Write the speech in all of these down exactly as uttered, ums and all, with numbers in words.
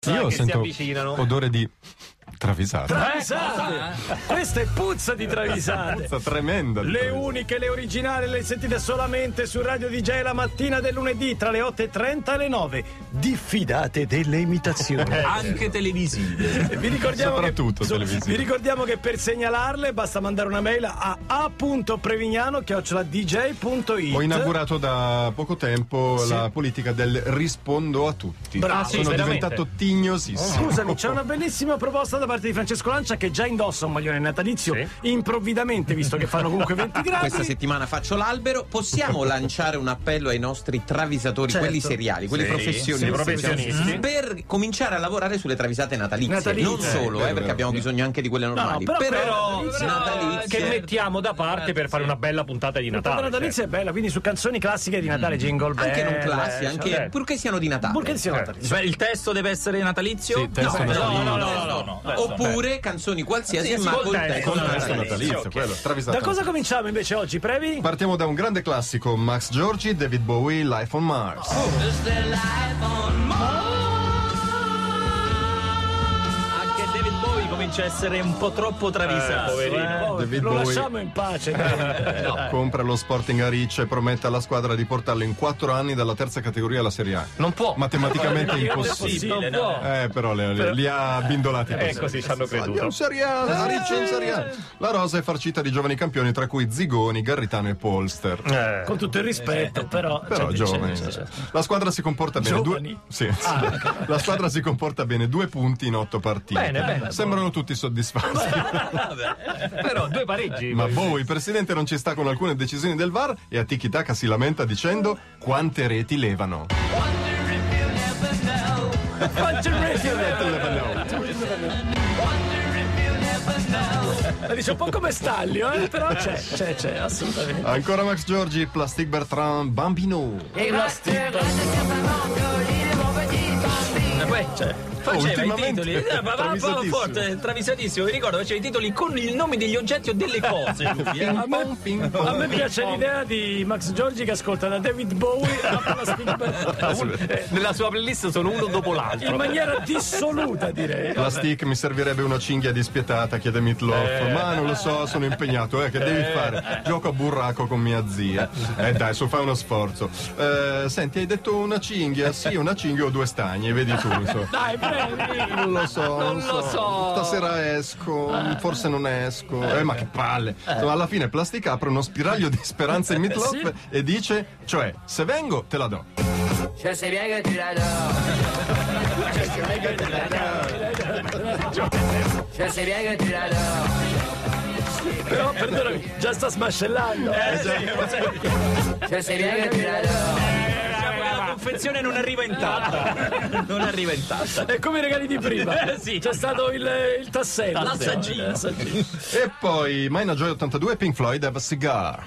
puzza Io che sento si avvicinano. odore di travisate. Travisate! Questa è puzza di travisate. Puzza tremenda. di Le travisate. uniche, le originali, le sentite solamente su Radio D J la mattina del lunedì tra le otto e trenta e le nove. Diffidate delle imitazioni. Anche televisive. Vi ricordiamo, Soprattutto che, televisive. vi ricordiamo che per segnalarle basta mandare una mail a a punto prevignano chiocciola d j punto it. Ho inaugurato da poco tempo Sì. la politica del rispondo a tutti. Bravo. Sono Sì, veramente. diventato tignosissimo. Scusami, c'è una bellissima proposta da parte di Francesco Lancia che già indossa un maglione natalizio Sì. improvvidamente, visto che fanno comunque venti gradi. Questa settimana faccio l'albero. Possiamo lanciare un appello ai nostri travisatori, Certo. quelli seriali, quelli Sì, professionisti, sì, professionisti. per cominciare a lavorare sulle travisate natalizie. Natalizie. Non solo, Eh, eh, vero, perché abbiamo vero. bisogno anche di quelle normali. però- Però, natalizie. natalizie. che mettiamo da parte per fare una bella puntata di La Natale. natalizia è bella, quindi su canzoni classiche di Natale, jingle bell. Anche non classi, anche cioè, purché siano di Natale. Purché siano Eh, natalizi. cioè, il testo deve essere natalizio? Sì, testo no, natalizio. no, no, no, no, no, no. Oppure canzoni qualsiasi, Sì, ma col col testo, testo col Testo natalizio. natalizio, ok. quello, travisato. Da cosa cominciamo invece oggi, Previ? Partiamo da un grande classico, Max Giorgi, David Bowie, Life on Mars. Anche David Bowie comincia a essere un po' troppo travisato. poverino. Oh, David lo Bowie. lasciamo in pace. dai. Compra lo Sporting a Ricci e promette alla squadra di portarlo in quattro anni dalla terza categoria alla Serie A. Non può. Matematicamente Non è impossibile. possibile, no. Eh, però le- le- li ha bindolati Eh, così. così ci hanno creduto. Andiamo in Serie A, a Ricci in Serie A. La rosa è farcita di giovani campioni, tra cui Zigoni, Garritano e Polster. Eh. Con tutto il rispetto, però. Però cioè, giovani. cioè, cioè, La squadra si comporta bene. Giovani? Due... Sì, sì. La squadra si comporta bene, due punti in otto partite. Bene, bene. Sembrano tutti soddisfatti. Vabbè. Però due pareggi. Ma Bowie, il presidente, non ci sta con alcune decisioni del V A R e a Tiki Taka si lamenta dicendo quante reti levano. La dice un po' come Staglio, eh? Però c'è, c'è, c'è, assolutamente. Ancora Max Giorgi, Plastic Bertrand, Bambino. E la stima. Poi, cioè, faceva i ultimamente titoli, eh, ma va un po' travisatissimo. forte, travisatissimo. Mi ricordo, faceva i titoli con i nomi degli oggetti o delle cose. Lui, eh. A me, a me piace l'idea di Max Giorgi che ascolta da David Bowie a Plastic Bertrand. Eh, Nella sua playlist sono uno dopo l'altro. in maniera dissoluta, direi. Plastic, mi servirebbe una cinghia dispietata, chiede Meatloaf. Ma non lo so, sono impegnato, eh, che devi fare? Gioco a burraco con mia zia. Eh dai, su, fai uno sforzo. Eh, senti, hai detto una cinghia? Sì, una cinghia o due stagni, vedi tu. So. Dai, previ. Non lo so, Non lo so. Stasera esco, forse non esco. Eh, ma che palle. Insomma, alla fine Plastic apre uno spiraglio di speranza in Meatloaf Sì. e dice, cioè, se vengo te la do. Je sais bien que tu l'adores. Je sais bien que tu l'adores. Però, perdonami, già sta smascellando. Eh, sì, Je sais bien que tu l'adores. la confezione non arriva intatta. Non arriva intatta. È come i regali di prima. Eh, sì. C'è stato il, il tassello. L'assaggino. L'assaggino. E poi, Mina Joy ottantadue, Pink Floyd, Have a Cigar.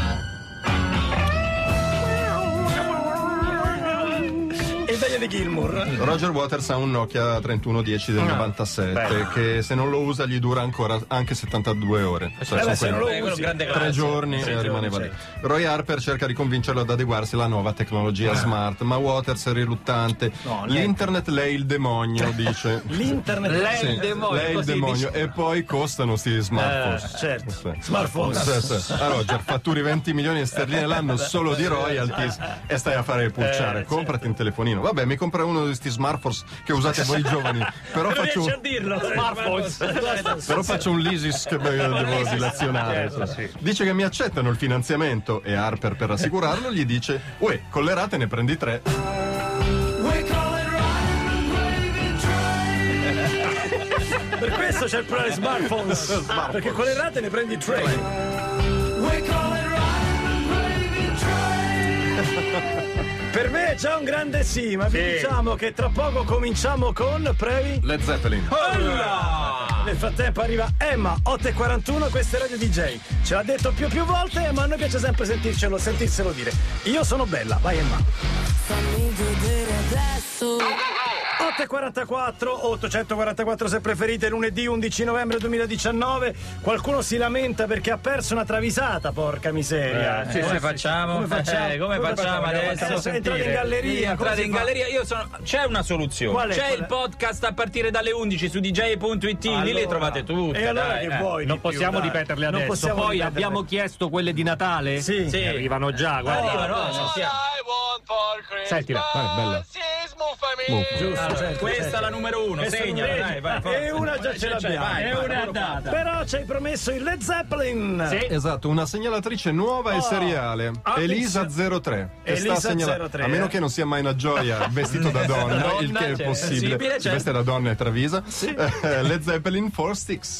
Il taglio di Gilmour. Roger Waters ha un Nokia trentuno dieci del novantasette bello. che se non lo usa gli dura ancora anche settantadue ore. Cioè, Eh beh, sono se non quelli- lo quello usi. grande tre classico. giorni Tre e rimane giorni, valido. Roy Harper cerca di convincerlo ad adeguarsi alla nuova tecnologia smart, ma Waters è riluttante. No, niente. L'internet lei il demonio, dice. L'internet. Lei Sì, il demonio, lei il così demonio. dice. E poi costano sti smartphone. Eh, certo. Sì. Smartphone. Sì, sì. Ah, Roger, fatturi venti milioni di sterline l'anno solo di royalties e stai a fare il pulciare. Eh, Comprati un telefonino. Vabbè, mi compra uno di questi smartphone che usate voi giovani. Però Non faccio, riesci a dirlo. Smartphones. però faccio un l'ISIS che devo dilazionare. Certo, sì. Dice che mi accettano il finanziamento e Harper, per assicurarlo, gli dice: uè, con le rate ne prendi tre. Per questo c'è il plurale smartphones. Perché con le rate ne prendi tre. Per me è già un grande sì, ma vi Sì. diciamo che tra poco cominciamo con Previ. Led Zeppelin. Nel frattempo arriva Emma, otto e quarantuno, questa è Radio D J. Ce l'ha detto più più volte, ma a noi piace sempre sentircelo, sentirselo dire. Io sono bella, vai Emma. Fammi godere adesso. otto sette e quarantaquattro, ottocentoquarantaquattro se preferite, lunedì undici novembre duemiladiciannove. Qualcuno si lamenta perché ha perso una travisata, porca miseria. Eh, come facciamo? Come facciamo, Eh, come facciamo adesso? Adesso entrare in galleria. Entrate in galleria, io sono. C'è una soluzione. Qual è? C'è Qual è? il podcast a partire dalle undici su d j punto i t, lì le trovate tutte. E allora dai, che eh. vuoi? Non di più, possiamo dai. ripeterle Non adesso. possiamo Poi ripeterle. abbiamo chiesto quelle di Natale. Sì. Sì. Arrivano già, guarda. Arrivano, no, ci siamo. Sentila, vai, bella. Giusto, Allora, certo, questa certo. è la numero uno, Questa segnala, non dai, vedi. vai, forza. E una già ce Vai, l'abbiamo. vai, E vai, una è vai, andata. vai. Però ci hai promesso il Led Zeppelin. Sì. Esatto, una segnalatrice nuova e Oh. seriale. Ah, Elisa zero tre. che Elisa sta segnala- zero tre, A meno eh. che non sia mai una gioia vestito da donna, Donna, il che è c'è, possibile. possibile, Si c'è. veste da donna e travisa. Eh, Led Zeppelin Four Sticks.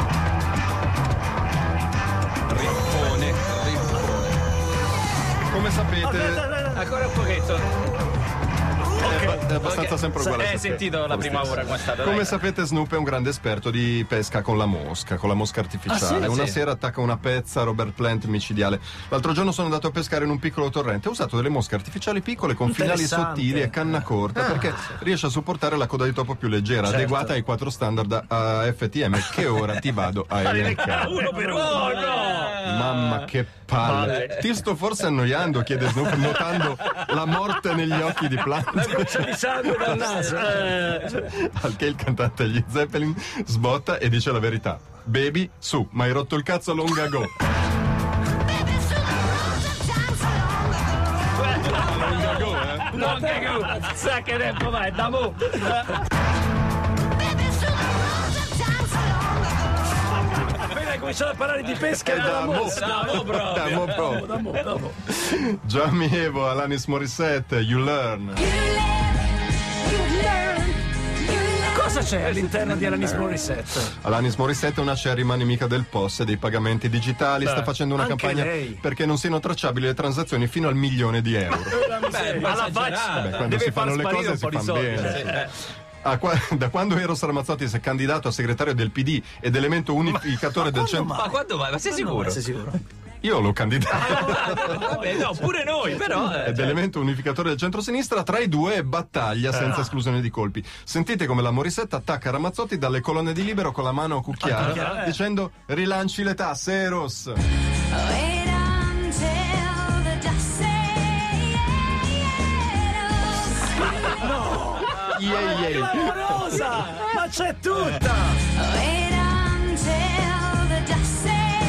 Rippone, rippone. Come sapete, Aspetta, aspetta. Ancora un pochetto. è, ba- è abbastanza Ok. sempre uguale. Eh, a hai se sentito stesso. la prima ora come è stata? Come dai. sapete, Snoop è un grande esperto di pesca con la mosca, con la mosca artificiale. Ah, sì? Una Sì. sera attacca una pezza Robert Plant micidiale. L'altro giorno sono andato a pescare in un piccolo torrente. Ho usato delle mosche artificiali piccole con finali Interessante. sottili e canna corta perché riesce a supportare la coda di topo più leggera, Certo. adeguata ai quattro standard a F T M che ora ti vado a elencare. Uno per uno. Oh no! Mamma che palle. Ti sto forse annoiando, chiede Snoop, notando la morte negli occhi di Plant. Goccia di sangue dal naso. Al che il cantante degli Zeppelin sbotta e dice la verità. Baby, su, ma hai rotto il cazzo long ago. Long ago, eh? No, che gu- sa che tempo vai, da mo. Appena hai cominciato a parlare di pesca e Eh, della da mo- mosca. Da mo proprio. da mo proprio. Da mo, da mo. Gianni Evo, Alanis Morissette, You Learn. Cosa c'è all'interno di Alanis Morissette? Alanis Morissette è una acerrima nemica del P O S e dei pagamenti digitali. Sta facendo una anche campagna lei. perché non siano tracciabili le transazioni fino al milione di euro. Beh, Ma la esagerato. faccia. Beh, quando Deve si far fanno le sparire cose un si po' di fanno soldi. bene. Ah, qua- da quando Eros Ramazzotti si è candidato a segretario del P D ed elemento unificatore del centro, Ma quando vai? Ma sei sicuro? Sei sicuro? io l'ho candidato. Vabbè, no, pure noi, però. eh, Ed elemento unificatore del centro-sinistra, tra i due è battaglia senza esclusione di colpi. Sentite come la Morissette attacca Ramazzotti dalle colonne di Libero con la mano a cucchiara, dicendo rilanci le tasse, Eros. Wait until the dust Yeah, yeah. Clamorosa! Ma c'è tutta! Wait until the dust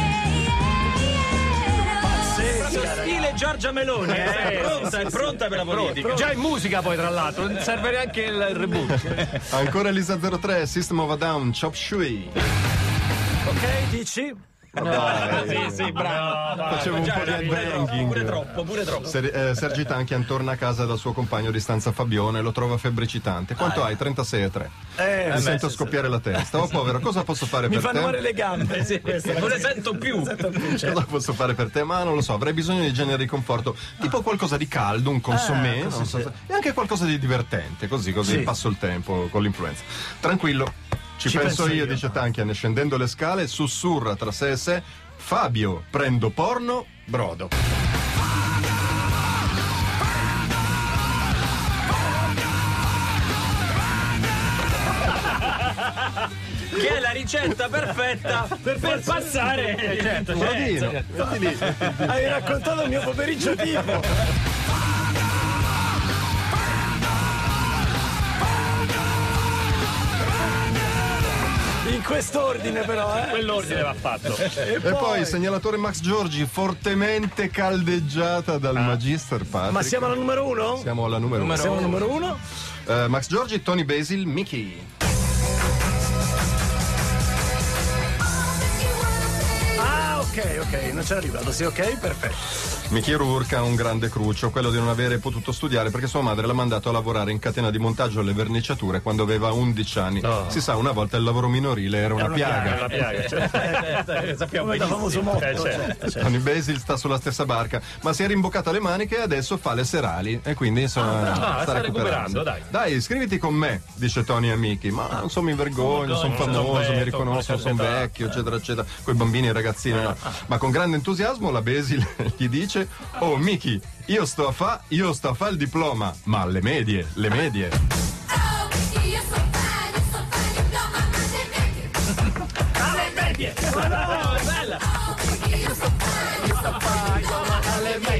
proprio stile Giorgia Meloni. eh, È pronta, è pronta per la politica. Già in musica poi tra l'altro, non serve neanche il reboot. Ancora Elisa zero tre, System of a Down, Chop Shui. Ok, dici? Dai. Sì, sì, bravo. Facevo un Già, po' di dai, pure troppo, headbanging. pure troppo, pure troppo. Ser- eh, Sergi Tanchian torna a casa dal suo compagno di stanza Fabione, lo trova febbricitante. Quanto hai? trentasei e tre. Eh, Mi beh, sento sì, scoppiare la testa. Oh povero, cosa posso fare Mi per fanno te? male le gambe. Sì, non le sento più. Cosa posso fare per te? Ma non lo so, avrei bisogno di genere di conforto, tipo qualcosa di caldo, un consommé, Ah, così non so sì. se- e anche qualcosa di divertente, così così Sì. passo il tempo con l'influenza. Tranquillo, ci, Ci penso, penso io, io. dice Tanchian, scendendo le scale, sussurra tra sé e sé: Fabio, prendo porno, brodo. Che è la ricetta perfetta per, per passare. Eh, certo, Brodino, certo. tutti lì. Hai raccontato il mio pomeriggio tipo. In quest'ordine però, eh. Quell'ordine va fatto. E, E poi segnalatore Max Giorgi, fortemente caldeggiata dal Magister Patrick. Ma siamo alla numero uno? Siamo alla numero uno. Siamo al numero uno? Eh, Max Giorgi, Tony Basil, Mickey. Ah, ok, ok, non c'era arrivato, sì, ok, perfetto. Mickey Rourke ha un grande cruccio, quello di non avere potuto studiare perché sua madre l'ha mandato a lavorare in catena di montaggio alle verniciature quando aveva undici anni. Si sa, una volta il lavoro minorile era una, una piaga. È una piaga. Cioè, sappiamo Come da benissimo. famoso motto, Eh, certo. certo, certo. Tony Basil sta sulla stessa barca, ma si è rimboccata le maniche e adesso fa le serali. E quindi insomma Ah, sta sta recuperando. recuperando, dai. Dai, iscriviti con me, dice Tony a Mickey. Ma non so, mi vergogno, sono vergogno, famoso, sono mi vecchio, riconoscono, con una sono certa età. vecchio, eccetera, eccetera. Coi bambini e i ragazzini, no. Ma con grande entusiasmo la Basil gli dice: Oh Mickey, io sto a fa, io sto a fa il diploma, ma alle medie, le medie.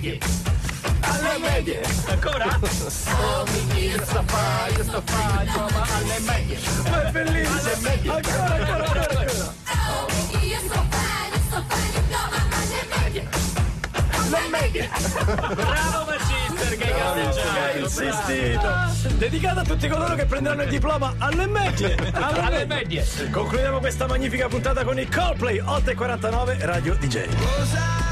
medie. Alle medie. Ancora? Oh, io sto fa, io sto fa, insomma, alle medie. Ma è bellissimo. Alle medie. Ancora, ancora, ancora, ancora. Oh, io sto bene, sto bene, no, alle medie. Le medie. Bravo Magister, che hai Che hai casteggiato. insistito. Dedicata a tutti coloro che prenderanno il diploma alle medie. Alle, Alle medie. Concludiamo questa magnifica puntata con i Coldplay otto e quarantanove Radio D J.